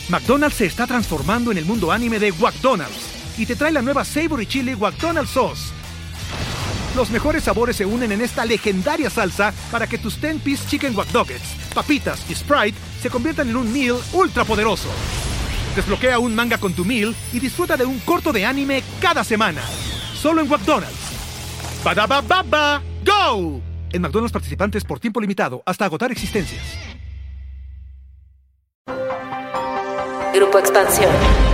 McDonald's se está transformando en el mundo anime de McDonald's y te trae la nueva Savory Chili McDonald's Sauce. Los mejores sabores se unen en esta legendaria salsa para que tus 10-piece chicken wack nuggets, papitas y Sprite se conviertan en un meal ultra poderoso. Desbloquea un manga con tu meal y disfruta de un corto de anime cada semana. Solo en McDonald's. ¡Badaba baba! ¡Go! En McDonald's participantes por tiempo limitado hasta agotar existencias. Grupo Expansión.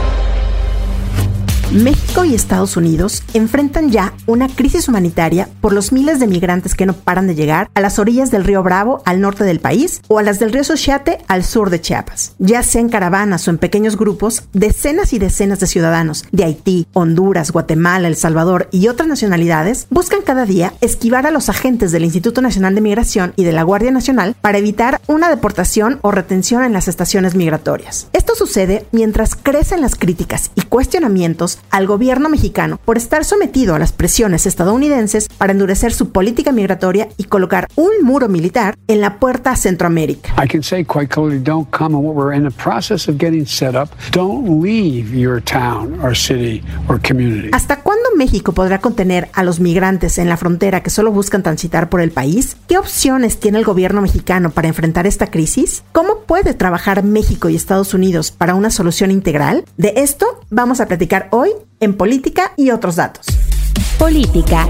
México y Estados Unidos enfrentan ya una crisis humanitaria por los miles de migrantes que no paran de llegar a las orillas del río Bravo al norte del país o a las del río Suchiate al sur de Chiapas. Ya sea en caravanas o en pequeños grupos, decenas y decenas de ciudadanos de Haití, Honduras, Guatemala, El Salvador y otras nacionalidades buscan cada día esquivar a los agentes del Instituto Nacional de Migración y de la Guardia Nacional para evitar una deportación o retención en las estaciones migratorias. Esto sucede mientras crecen las críticas y cuestionamientos al gobierno mexicano por estar sometido a las presiones estadounidenses para endurecer su política migratoria y colocar un muro militar en la puerta a Centroamérica. I can say quite clearly, don't come, and what we're in the process of getting set up, don't leave your town or city or community. ¿Hasta cuándo México podrá contener a los migrantes en la frontera que solo buscan transitar por el país? ¿Qué opciones tiene el gobierno mexicano para enfrentar esta crisis? ¿Cómo puede trabajar México y Estados Unidos para una solución integral? De esto vamos a platicar hoy en Política y otros datos. Política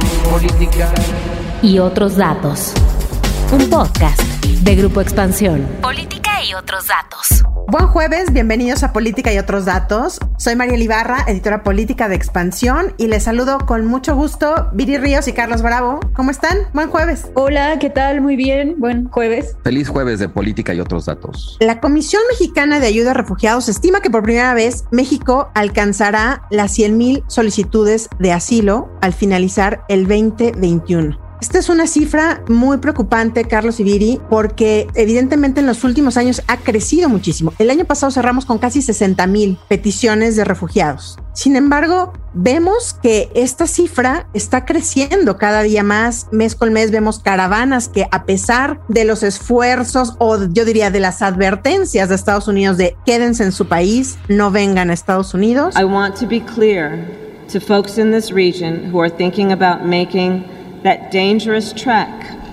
y otros datos. Un podcast de Grupo Expansión. Política y otros datos. Buen jueves, bienvenidos a Política y otros datos. Soy Mariel Ibarra, editora política de Expansión, y les saludo con mucho gusto Viri Ríos y Carlos Bravo. ¿Cómo están? Buen jueves. Hola, ¿qué tal? Muy bien, buen jueves. Feliz jueves de Política y otros datos. La Comisión Mexicana de Ayuda a Refugiados estima que por primera vez México alcanzará las 100,000 solicitudes de asilo al finalizar el 2021. Esta es una cifra muy preocupante, Carlos y Viri, porque evidentemente en los últimos años ha crecido muchísimo. El año pasado cerramos con casi 60,000 peticiones de refugiados. Sin embargo, vemos que esta cifra está creciendo cada día más. Mes con mes vemos caravanas que, a pesar de los esfuerzos o yo diría de las advertencias de Estados Unidos de quédense en su país, no vengan a Estados Unidos. I want to be clear to folks in this region who are thinking about making that dangerous trek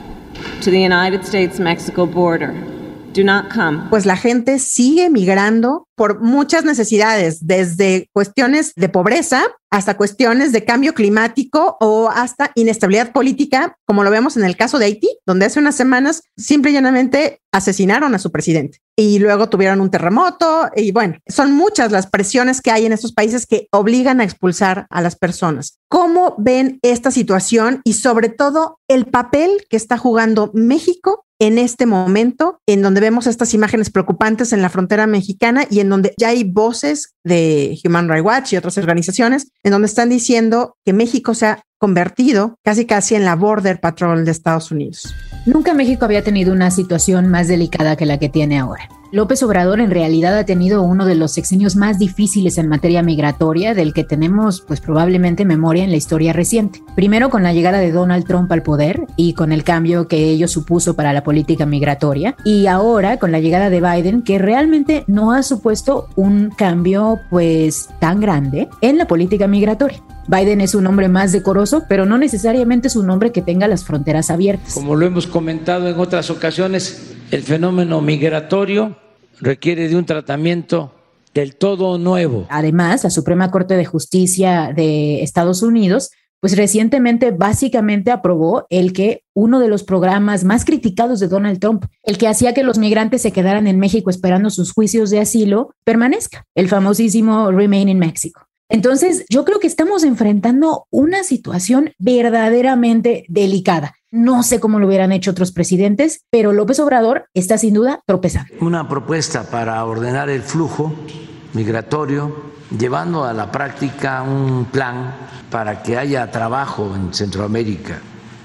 to the United States-Mexico border. Do not come. Pues la gente sigue migrando por muchas necesidades, desde cuestiones de pobreza hasta cuestiones de cambio climático o hasta inestabilidad política, como lo vemos en el caso de Haití, donde hace unas semanas simple y llanamente asesinaron a su presidente y luego tuvieron un terremoto y bueno, son muchas las presiones que hay en estos países que obligan a expulsar a las personas. ¿Cómo ven esta situación y sobre todo el papel que está jugando México en este momento, en donde vemos estas imágenes preocupantes en la frontera mexicana y en donde ya hay voces de Human Rights Watch y otras organizaciones en donde están diciendo que México se ha convertido casi en la Border Patrol de Estados Unidos? Nunca México había tenido una situación más delicada que la que tiene ahora. López Obrador en realidad ha tenido uno de los sexenios más difíciles en materia migratoria del que tenemos pues probablemente memoria en la historia reciente. Primero con la llegada de Donald Trump al poder y con el cambio que ello supuso para la política migratoria, y ahora con la llegada de Biden, que realmente no ha supuesto un cambio pues tan grande en la política migratoria. Biden es un hombre más decoroso, pero no necesariamente es un hombre que tenga las fronteras abiertas. Como lo hemos comentado en otras ocasiones, el fenómeno migratorio requiere de un tratamiento del todo nuevo. Además, la Suprema Corte de Justicia de Estados Unidos pues recientemente básicamente aprobó el que uno de los programas más criticados de Donald Trump, el que hacía que los migrantes se quedaran en México esperando sus juicios de asilo, permanezca, el famosísimo Remain in Mexico. Entonces, yo creo que estamos enfrentando una situación verdaderamente delicada. No sé cómo lo hubieran hecho otros presidentes, pero López Obrador está sin duda tropezando. Una propuesta para ordenar el flujo migratorio, llevando a la práctica un plan para que haya trabajo en Centroamérica,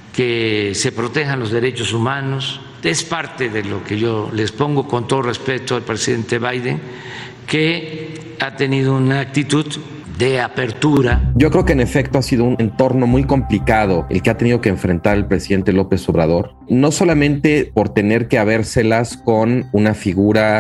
que se protejan los derechos humanos. Es parte de lo que yo les pongo con todo respeto al presidente Biden, que ha tenido una actitud de apertura. Yo creo que en efecto ha sido un entorno muy complicado el que ha tenido que enfrentar el presidente López Obrador, no solamente por tener que habérselas con una figura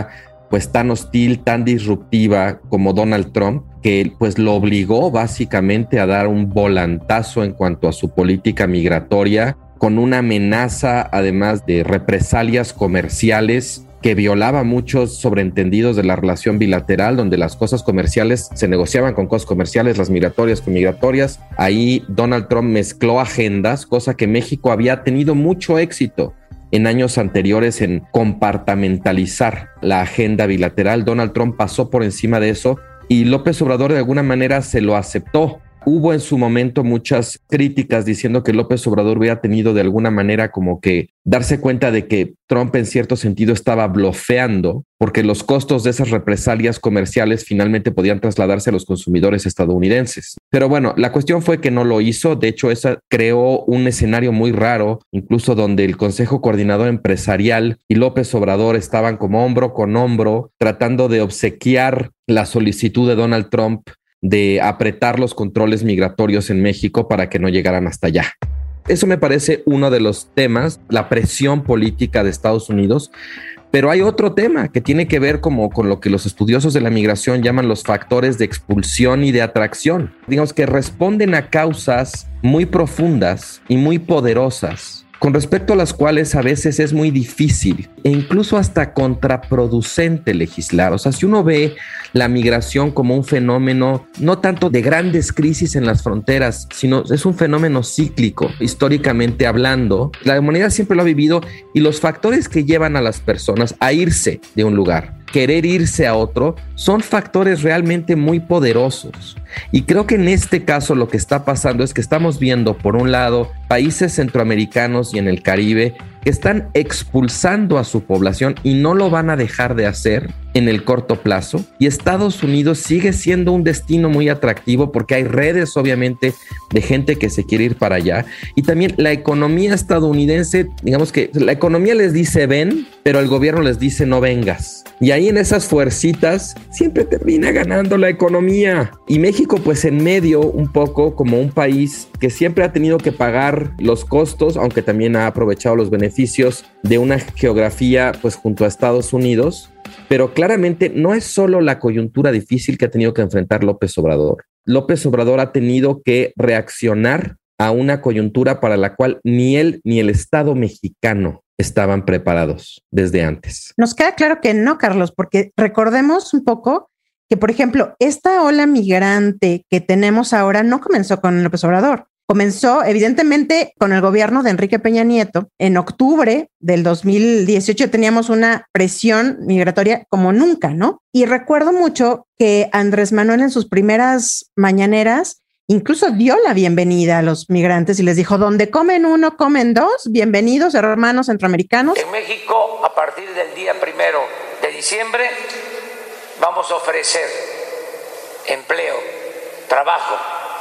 pues tan hostil, tan disruptiva como Donald Trump, que pues lo obligó básicamente a dar un volantazo en cuanto a su política migratoria, con una amenaza además de represalias comerciales que violaba muchos sobreentendidos de la relación bilateral, donde las cosas comerciales se negociaban con cosas comerciales, las migratorias con migratorias. Ahí Donald Trump mezcló agendas, cosa que México había tenido mucho éxito en años anteriores en compartamentalizar la agenda bilateral. Donald Trump pasó por encima de eso y López Obrador de alguna manera se lo aceptó. Hubo en su momento muchas críticas diciendo que López Obrador hubiera tenido de alguna manera como que darse cuenta de que Trump en cierto sentido estaba blofeando, porque los costos de esas represalias comerciales finalmente podían trasladarse a los consumidores estadounidenses. Pero bueno, la cuestión fue que no lo hizo. De hecho, esa creó un escenario muy raro, incluso donde el Consejo Coordinador Empresarial y López Obrador estaban como hombro con hombro tratando de obsequiar la solicitud de Donald Trump de apretar los controles migratorios en México para que no llegaran hasta allá. Eso me parece uno de los temas, la presión política de Estados Unidos. Pero hay otro tema que tiene que ver como con lo que los estudiosos de la migración llaman los factores de expulsión y de atracción. Digamos que responden a causas muy profundas y muy poderosas, con respecto a las cuales a veces es muy difícil e incluso hasta contraproducente legislar. O sea, si uno ve la migración como un fenómeno no tanto de grandes crisis en las fronteras, sino es un fenómeno cíclico, históricamente hablando. La humanidad siempre lo ha vivido y los factores que llevan a las personas a irse de un lugar, querer irse a otro, son factores realmente muy poderosos. Y creo que en este caso lo que está pasando es que estamos viendo, por un lado, países centroamericanos y en el Caribe que están expulsando a su población y no lo van a dejar de hacer en el corto plazo. Y Estados Unidos sigue siendo un destino muy atractivo porque hay redes, obviamente, de gente que se quiere ir para allá. Y también la economía estadounidense, digamos que la economía les dice ven, pero el gobierno les dice no vengas. Y ahí en esas fuercitas siempre termina ganando la economía. Y México, pues en medio, un poco como un país que siempre ha tenido que pagar los costos, aunque también ha aprovechado los beneficios de una geografía pues junto a Estados Unidos. Pero claramente no es solo la coyuntura difícil que ha tenido que enfrentar López Obrador. López Obrador ha tenido que reaccionar a una coyuntura para la cual ni él ni el Estado mexicano estaban preparados desde antes. Nos queda claro que no, Carlos, porque recordemos un poco que, por ejemplo, esta ola migrante que tenemos ahora no comenzó con López Obrador. Comenzó, evidentemente, con el gobierno de Enrique Peña Nieto. En octubre del 2018 teníamos una presión migratoria como nunca, ¿no? Y recuerdo mucho que Andrés Manuel en sus primeras mañaneras incluso dio la bienvenida a los migrantes y les dijo, donde comen uno, comen dos, bienvenidos hermanos centroamericanos. En México, a partir del día 1 de diciembre, vamos a ofrecer empleo, trabajo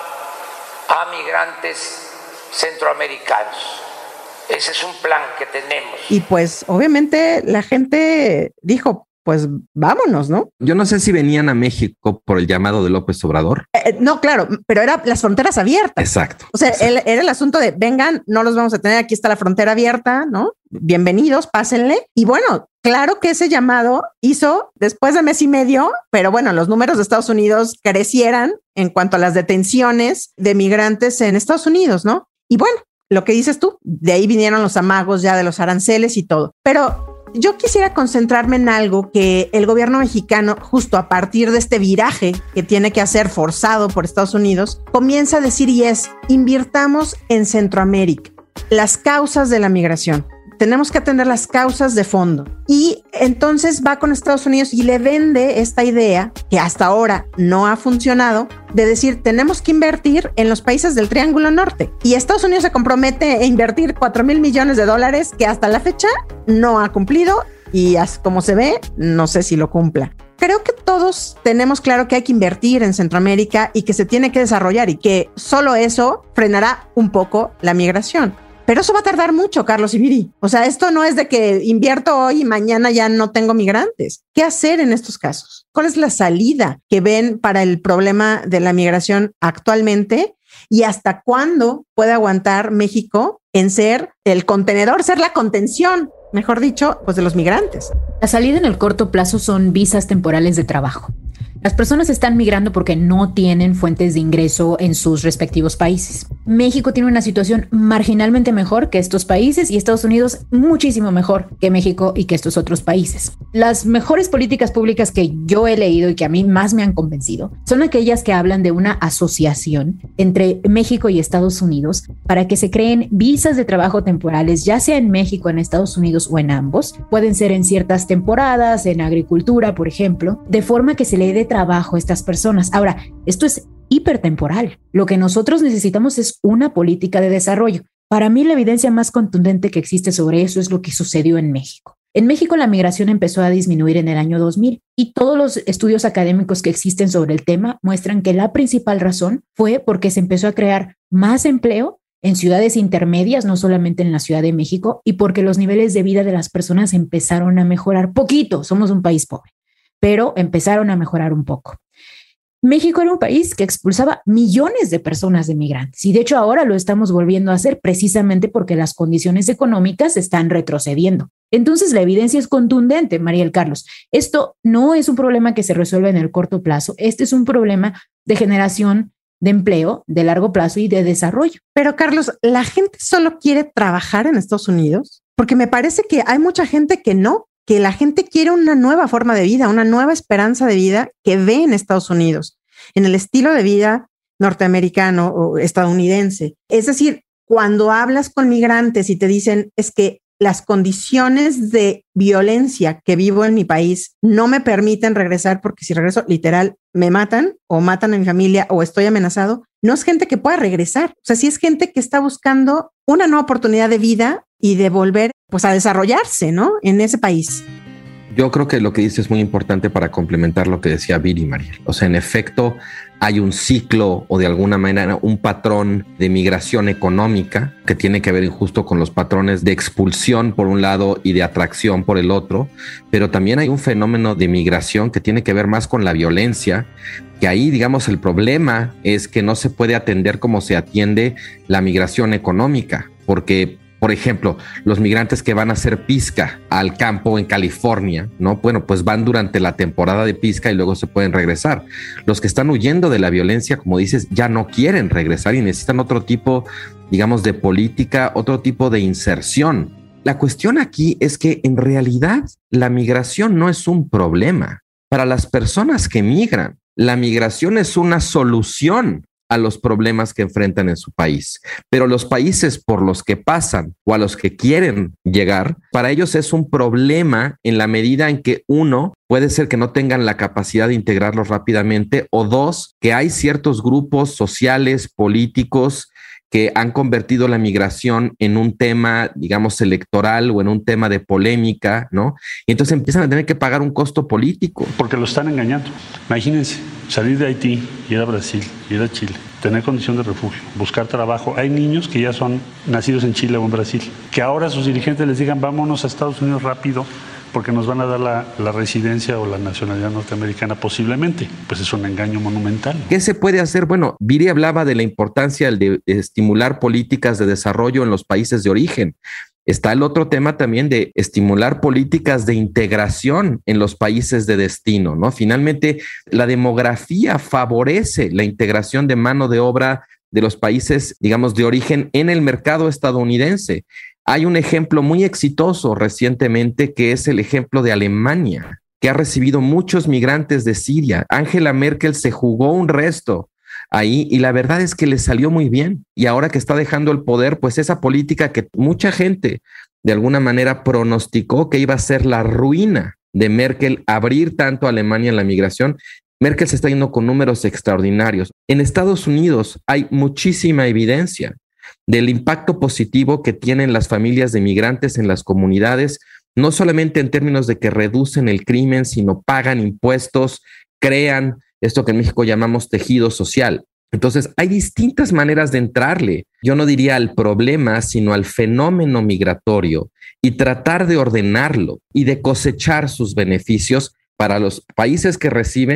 a migrantes centroamericanos. Ese es un plan que tenemos. Y pues obviamente la gente dijo, pues vámonos, ¿no? Yo no sé si venían a México por el llamado de López Obrador. No, claro, pero era las fronteras abiertas. Exacto. O sea, era el asunto de vengan, no los vamos a tener, aquí está la frontera abierta, ¿no? Bienvenidos, pásenle. Y bueno, claro que ese llamado hizo después de mes y medio, pero bueno, los números de Estados Unidos crecieran en cuanto a las detenciones de migrantes en Estados Unidos, ¿no? Y bueno, lo que dices tú, de ahí vinieron los amagos ya de los aranceles y todo. Pero yo quisiera concentrarme en algo que el gobierno mexicano, justo a partir de este viraje que tiene que hacer forzado por Estados Unidos, comienza a decir y es, invirtamos en Centroamérica, las causas de la migración. Tenemos que atender las causas de fondo. Y entonces va con Estados Unidos y le vende esta idea, que hasta ahora no ha funcionado, de decir, tenemos que invertir en los países del Triángulo Norte. Y Estados Unidos se compromete a invertir $4,000 millones que hasta la fecha no ha cumplido y como se ve, no sé si lo cumpla. Creo que todos tenemos claro que hay que invertir en Centroamérica y que se tiene que desarrollar y que solo eso frenará un poco la migración. Pero eso va a tardar mucho, Carlos y Viri. O sea, esto no es de que invierto hoy y mañana ya no tengo migrantes. ¿Qué hacer en estos casos? ¿Cuál es la salida que ven para el problema de la migración actualmente? ¿Y hasta cuándo puede aguantar México en ser el contenedor, ser la contención mejor dicho, pues de los migrantes. La salida en el corto plazo son visas temporales de trabajo. Las personas están migrando porque no tienen fuentes de ingreso en sus respectivos países. México tiene una situación marginalmente mejor que estos países y Estados Unidos muchísimo mejor que México y que estos otros países. Las mejores políticas públicas que yo he leído y que a mí más me han convencido son aquellas que hablan de una asociación entre México y Estados Unidos para que se creen visas de trabajo temporales, ya sea en México, en Estados Unidos o en ambos. Pueden ser en ciertas temporadas, en agricultura, por ejemplo, de forma que se le dé trabajo a estas personas. Ahora, esto es hipertemporal. Lo que nosotros necesitamos es una política de desarrollo. Para mí, la evidencia más contundente que existe sobre eso es lo que sucedió en México. En México, la migración empezó a disminuir en el año 2000 y todos los estudios académicos que existen sobre el tema muestran que la principal razón fue porque se empezó a crear más empleo en ciudades intermedias, no solamente en la Ciudad de México, y porque los niveles de vida de las personas empezaron a mejorar poquito. Somos un país pobre, pero empezaron a mejorar un poco. México era un país que expulsaba millones de personas de migrantes y de hecho ahora lo estamos volviendo a hacer precisamente porque las condiciones económicas están retrocediendo. Entonces la evidencia es contundente, Mariel Carlos. Esto no es un problema que se resuelve en el corto plazo, este es un problema de generación de empleo, de largo plazo y de desarrollo. Pero Carlos, ¿la gente solo quiere trabajar en Estados Unidos? Porque me parece que hay mucha gente que no, que la gente quiere una nueva forma de vida, una nueva esperanza de vida que ve en Estados Unidos, en el estilo de vida norteamericano o estadounidense. Es decir, cuando hablas con migrantes y te dicen es que las condiciones de violencia que vivo en mi país no me permiten regresar porque si regreso, literal, me matan o matan a mi familia o estoy amenazado, no es gente que pueda regresar. O sea, sí es gente que está buscando una nueva oportunidad de vida y de volver pues a desarrollarse, ¿no? En ese país. Yo creo que lo que dice es muy importante para complementar lo que decía Viri, Mariel. O sea, en efecto, hay un ciclo o de alguna manera un patrón de migración económica que tiene que ver justo con los patrones de expulsión por un lado y de atracción por el otro, pero también hay un fenómeno de migración que tiene que ver más con la violencia, que ahí, digamos, el problema es que no se puede atender como se atiende la migración económica, porque por ejemplo, los migrantes que van a hacer pisca al campo en California, ¿no? Bueno, pues van durante la temporada de pisca y luego se pueden regresar. Los que están huyendo de la violencia, como dices, ya no quieren regresar y necesitan otro tipo, digamos, de política, otro tipo de inserción. La cuestión aquí es que en realidad la migración no es un problema. Para las personas que migran, la migración es una solución a los problemas que enfrentan en su país. Pero los países por los que pasan o a los que quieren llegar, para ellos es un problema en la medida en que uno, puede ser que no tengan la capacidad de integrarlos rápidamente o dos, que hay ciertos grupos sociales, políticos que han convertido la migración en un tema, digamos, electoral o en un tema de polémica, ¿no? Y entonces empiezan a tener que pagar un costo político. Porque lo están engañando. Imagínense, salir de Haití, ir a Brasil, ir a Chile, tener condición de refugio, buscar trabajo. Hay niños que ya son nacidos en Chile o en Brasil, que ahora sus dirigentes les digan, vámonos a Estados Unidos rápido, porque nos van a dar la residencia o la nacionalidad norteamericana posiblemente. Pues es un engaño monumental. ¿Qué se puede hacer? Bueno, Viri hablaba de la importancia de estimular políticas de desarrollo en los países de origen. Está el otro tema también de estimular políticas de integración en los países de destino, ¿no? Finalmente, la demografía favorece la integración de mano de obra de los países, digamos, de origen en el mercado estadounidense. Hay un ejemplo muy exitoso recientemente que es el ejemplo de Alemania, que ha recibido muchos migrantes de Siria. Angela Merkel se jugó un resto ahí y la verdad es que le salió muy bien. Y ahora que está dejando el poder, pues esa política que mucha gente de alguna manera pronosticó que iba a ser la ruina de Merkel, abrir tanto a Alemania en la migración, Merkel se está yendo con números extraordinarios. En Estados Unidos hay muchísima evidencia del impacto positivo que tienen las familias de migrantes en las comunidades, no solamente en términos de que reducen el crimen, sino pagan impuestos, crean esto que en México llamamos tejido social. Entonces, hay distintas maneras de entrarle, yo no diría al problema, sino al fenómeno migratorio y tratar de ordenarlo y de cosechar sus beneficios para los países que reciben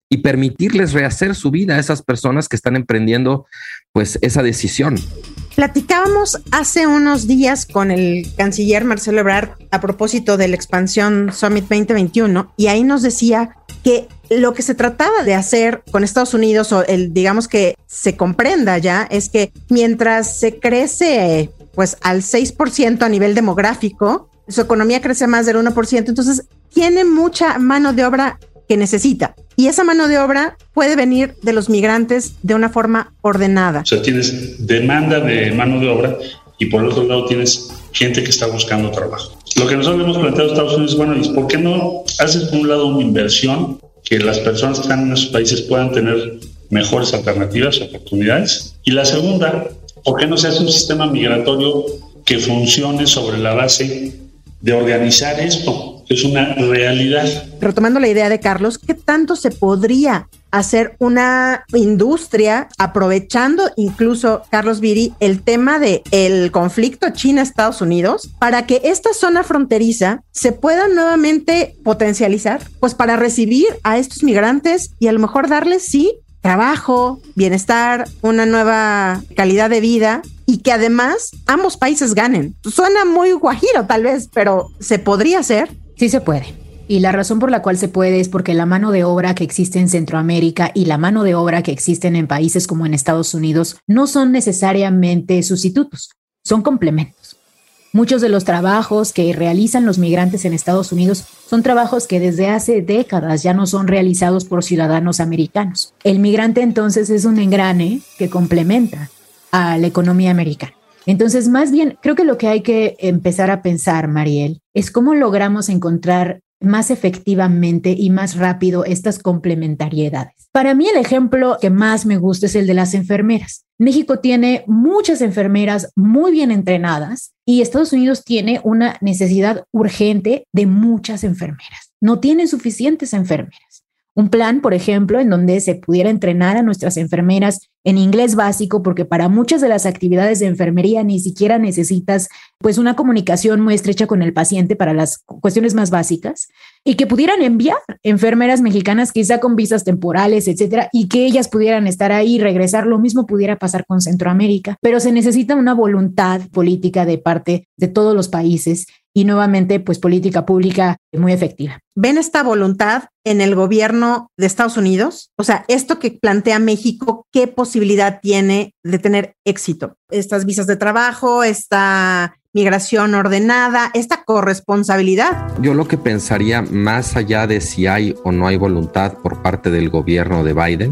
y permitirles rehacer su vida a esas personas que están emprendiendo pues esa decisión. Platicábamos hace unos días con el canciller Marcelo Ebrard a propósito de la Expansión Summit 2021 y ahí nos decía que lo que se trataba de hacer con Estados Unidos, o digamos que se comprenda ya, es que mientras se crece pues al 6% a nivel demográfico, su economía crece más del 1%, entonces tiene mucha mano de obra que necesita. Y esa mano de obra puede venir de los migrantes de una forma ordenada. O sea, tienes demanda de mano de obra y por el otro lado tienes gente que está buscando trabajo. Lo que nosotros hemos planteado a Estados Unidos es, bueno, ¿y por qué no haces por un lado una inversión que las personas que están en esos países puedan tener mejores alternativas, oportunidades? Y la segunda, ¿por qué no se hace un sistema migratorio que funcione sobre la base de organizar esto? Es una realidad. Retomando la idea de Carlos, ¿qué tanto se podría hacer una industria aprovechando incluso, Carlos Viry, el tema de el conflicto China-Estados Unidos para que esta zona fronteriza se pueda nuevamente potencializar, pues para recibir a estos migrantes y a lo mejor darles, sí, trabajo, bienestar, una nueva calidad de vida y que además ambos países ganen? Suena muy guajiro tal vez, pero ¿se podría hacer? Sí se puede. Y la razón por la cual se puede es porque la mano de obra que existe en Centroamérica y la mano de obra que existen en países como en Estados Unidos no son necesariamente sustitutos, son complementos. Muchos de los trabajos que realizan los migrantes en Estados Unidos son trabajos que desde hace décadas ya no son realizados por ciudadanos americanos. El migrante entonces es un engrane que complementa a la economía americana. Entonces, más bien, creo que lo que hay que empezar a pensar, Mariel, es cómo logramos encontrar más efectivamente y más rápido estas complementariedades. Para mí, el ejemplo que más me gusta es el de las enfermeras. México tiene muchas enfermeras muy bien entrenadas y Estados Unidos tiene una necesidad urgente de muchas enfermeras. No tienen suficientes enfermeras. Un plan, por ejemplo, en donde se pudiera entrenar a nuestras enfermeras en inglés básico, porque para muchas de las actividades de enfermería ni siquiera necesitas pues una comunicación muy estrecha con el paciente para las cuestiones más básicas, y que pudieran enviar enfermeras mexicanas quizá con visas temporales, etcétera, y que ellas pudieran estar ahí y regresar. Lo mismo pudiera pasar con Centroamérica, pero se necesita una voluntad política de parte de todos los países y nuevamente pues política pública muy efectiva. ¿Ven esta voluntad en el gobierno de Estados Unidos? O sea, esto que plantea México, ¿qué posibilidad tiene de tener éxito? Estas visas de trabajo, esta migración ordenada, esta corresponsabilidad. Yo lo que pensaría, más allá de si hay o no hay voluntad por parte del gobierno de Biden,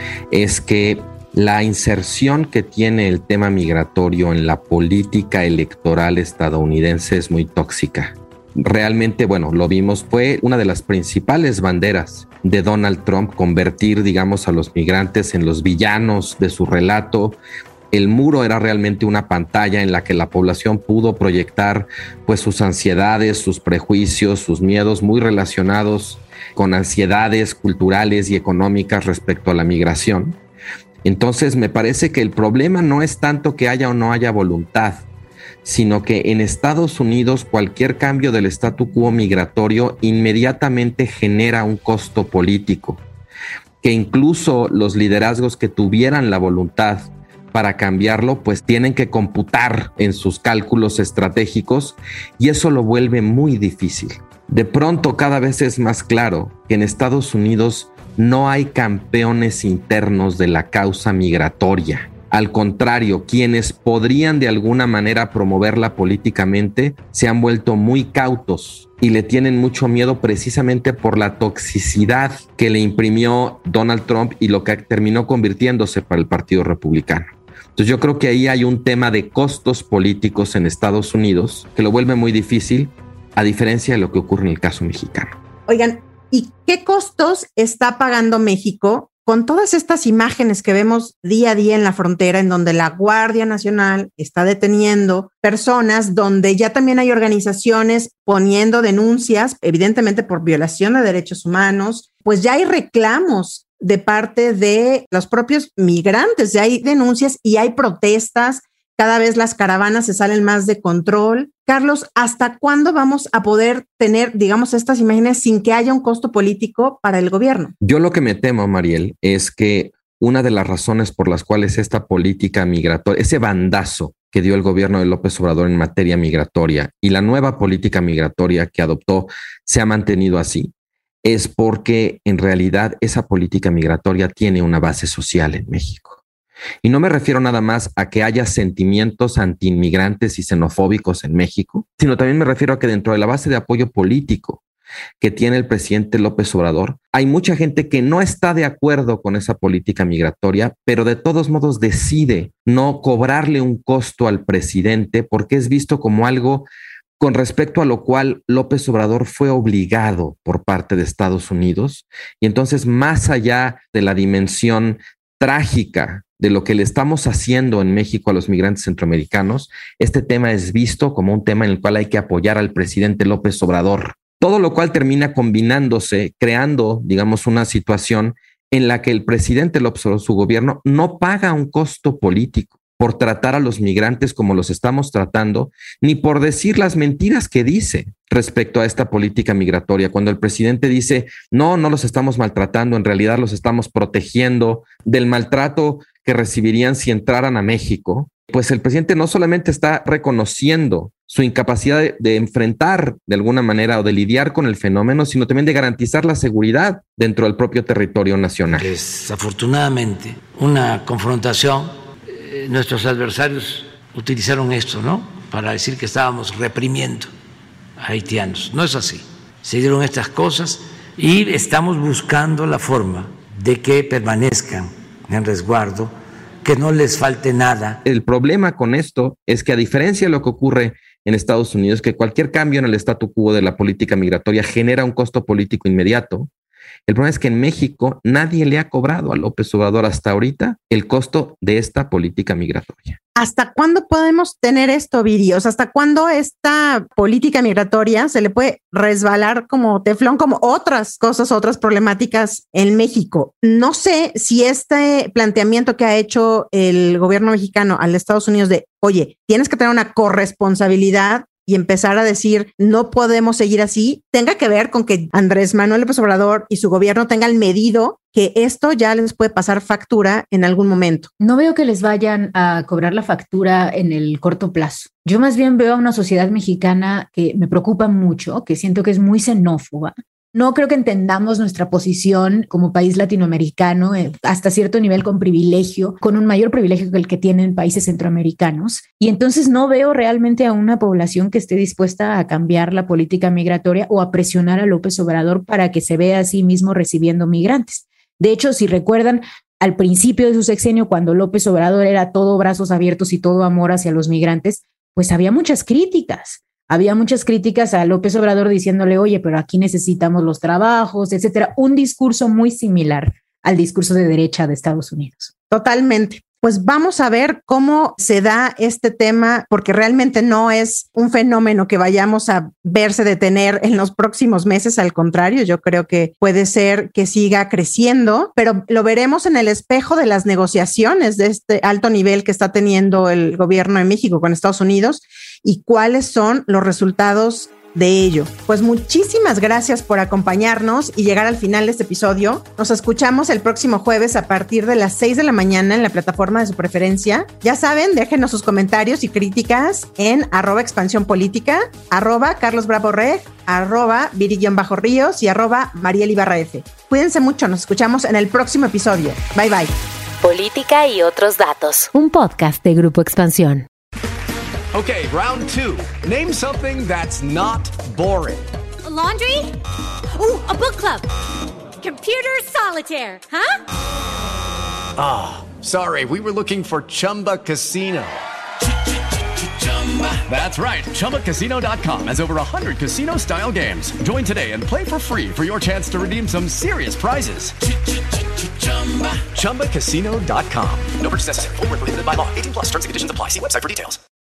es que la inserción que tiene el tema migratorio en la política electoral estadounidense es muy tóxica. Realmente, bueno, lo vimos, fue una de las principales banderas de Donald Trump, convertir, digamos, a los migrantes en los villanos de su relato. El muro era realmente una pantalla en la que la población pudo proyectar pues sus ansiedades, sus prejuicios, sus miedos muy relacionados con ansiedades culturales y económicas respecto a la migración. Entonces me parece que el problema no es tanto que haya o no haya voluntad, sino que en Estados Unidos cualquier cambio del statu quo migratorio inmediatamente genera un costo político, que incluso los liderazgos que tuvieran la voluntad para cambiarlo, pues tienen que computar en sus cálculos estratégicos y eso lo vuelve muy difícil. De pronto cada vez es más claro que en Estados Unidos no hay campeones internos de la causa migratoria. Al contrario, quienes podrían de alguna manera promoverla políticamente se han vuelto muy cautos y le tienen mucho miedo precisamente por la toxicidad que le imprimió Donald Trump y lo que terminó convirtiéndose para el Partido Republicano. Entonces yo creo que ahí hay un tema de costos políticos en Estados Unidos que lo vuelve muy difícil, a diferencia de lo que ocurre en el caso mexicano. Oigan, ¿y qué costos está pagando México con todas estas imágenes que vemos día a día en la frontera, en donde la Guardia Nacional está deteniendo personas, donde ya también hay organizaciones poniendo denuncias, evidentemente por violación de derechos humanos? Pues ya hay reclamos de parte de los propios migrantes, ya hay denuncias y hay protestas cada vez las caravanas se salen más de control. Carlos, ¿hasta cuándo vamos a poder tener, digamos, estas imágenes sin que haya un costo político para el gobierno? Yo lo que me temo, Mariel, es que una de las razones por las cuales esta política migratoria, ese bandazo que dio el gobierno de López Obrador en materia migratoria y la nueva política migratoria que adoptó se ha mantenido así, es porque en realidad esa política migratoria tiene una base social en México. Y no me refiero nada más a que haya sentimientos antiinmigrantes y xenofóbicos en México, sino también me refiero a que dentro de la base de apoyo político que tiene el presidente López Obrador, hay mucha gente que no está de acuerdo con esa política migratoria, pero de todos modos decide no cobrarle un costo al presidente porque es visto como algo con respecto a lo cual López Obrador fue obligado por parte de Estados Unidos. Y entonces, más allá de la dimensión trágica de lo que le estamos haciendo en México a los migrantes centroamericanos, este tema es visto como un tema en el cual hay que apoyar al presidente López Obrador. Todo lo cual termina combinándose, creando, digamos, una situación en la que el presidente López Obrador, su gobierno, no paga un costo político por tratar a los migrantes como los estamos tratando, ni por decir las mentiras que dice respecto a esta política migratoria. Cuando el presidente dice, no los estamos maltratando, en realidad los estamos protegiendo del maltrato que recibirían si entraran a México, pues el presidente no solamente está reconociendo su incapacidad de enfrentar de alguna manera o de lidiar con el fenómeno, sino también de garantizar la seguridad dentro del propio territorio nacional. Desafortunadamente, una confrontación, nuestros adversarios utilizaron esto, ¿no?, para decir que estábamos reprimiendo a haitianos. No es así. Se dieron estas cosas y estamos buscando la forma de que permanezcan en resguardo, que no les falte nada. El problema con esto es que, a diferencia de lo que ocurre en Estados Unidos, que cualquier cambio en el statu quo de la política migratoria genera un costo político inmediato, el problema es que en México nadie le ha cobrado a López Obrador hasta ahorita el costo de esta política migratoria. ¿Hasta cuándo podemos tener esto, Viri? O sea, ¿hasta cuándo esta política migratoria se le puede resbalar como teflón, como otras cosas, otras problemáticas en México? No sé si este planteamiento que ha hecho el gobierno mexicano al Estados Unidos de, oye, tienes que tener una corresponsabilidad y empezar a decir, no podemos seguir así, tenga que ver con que Andrés Manuel López Obrador y su gobierno tengan medido que esto ya les puede pasar factura en algún momento. No veo que les vayan a cobrar la factura en el corto plazo. Yo más bien veo a una sociedad mexicana que me preocupa mucho, que siento que es muy xenófoba. No creo que entendamos nuestra posición como país latinoamericano hasta cierto nivel con privilegio, con un mayor privilegio que el que tienen países centroamericanos. Y entonces no veo realmente a una población que esté dispuesta a cambiar la política migratoria o a presionar a López Obrador para que se vea a sí mismo recibiendo migrantes. De hecho, si recuerdan, al principio de su sexenio, cuando López Obrador era todo brazos abiertos y todo amor hacia los migrantes, pues había muchas críticas. Había muchas críticas a López Obrador diciéndole, oye, pero aquí necesitamos los trabajos, etcétera. Un discurso muy similar al discurso de derecha de Estados Unidos. Totalmente. Pues vamos a ver cómo se da este tema, porque realmente no es un fenómeno que vayamos a verse detener en los próximos meses. Al contrario, yo creo que puede ser que siga creciendo, pero lo veremos en el espejo de las negociaciones de este alto nivel que está teniendo el gobierno de México con Estados Unidos y cuáles son los resultados de ello. Pues muchísimas gracias por acompañarnos y llegar al final de este episodio. Nos escuchamos el próximo jueves a partir de las 6 de la mañana en la plataforma de su preferencia. Ya saben, déjenos sus comentarios y críticas en @expansiónpolítica, @carlosbravoreg, @viri_ríos y @marielibarraf. Cuídense mucho, nos escuchamos en el próximo episodio. Bye bye. Política y otros datos. Un podcast de Grupo Expansión. Okay, round 2. Name something that's not boring. A laundry? Ooh, a book club. Computer solitaire, huh? Ah, sorry, we were looking for Chumba Casino. That's right, ChumbaCasino.com has over 100 casino-style games. Join today and play for free for your chance to redeem some serious prizes. ChumbaCasino.com. No purchase necessary. Void where prohibited by law. 18+ terms and conditions apply. See website for details.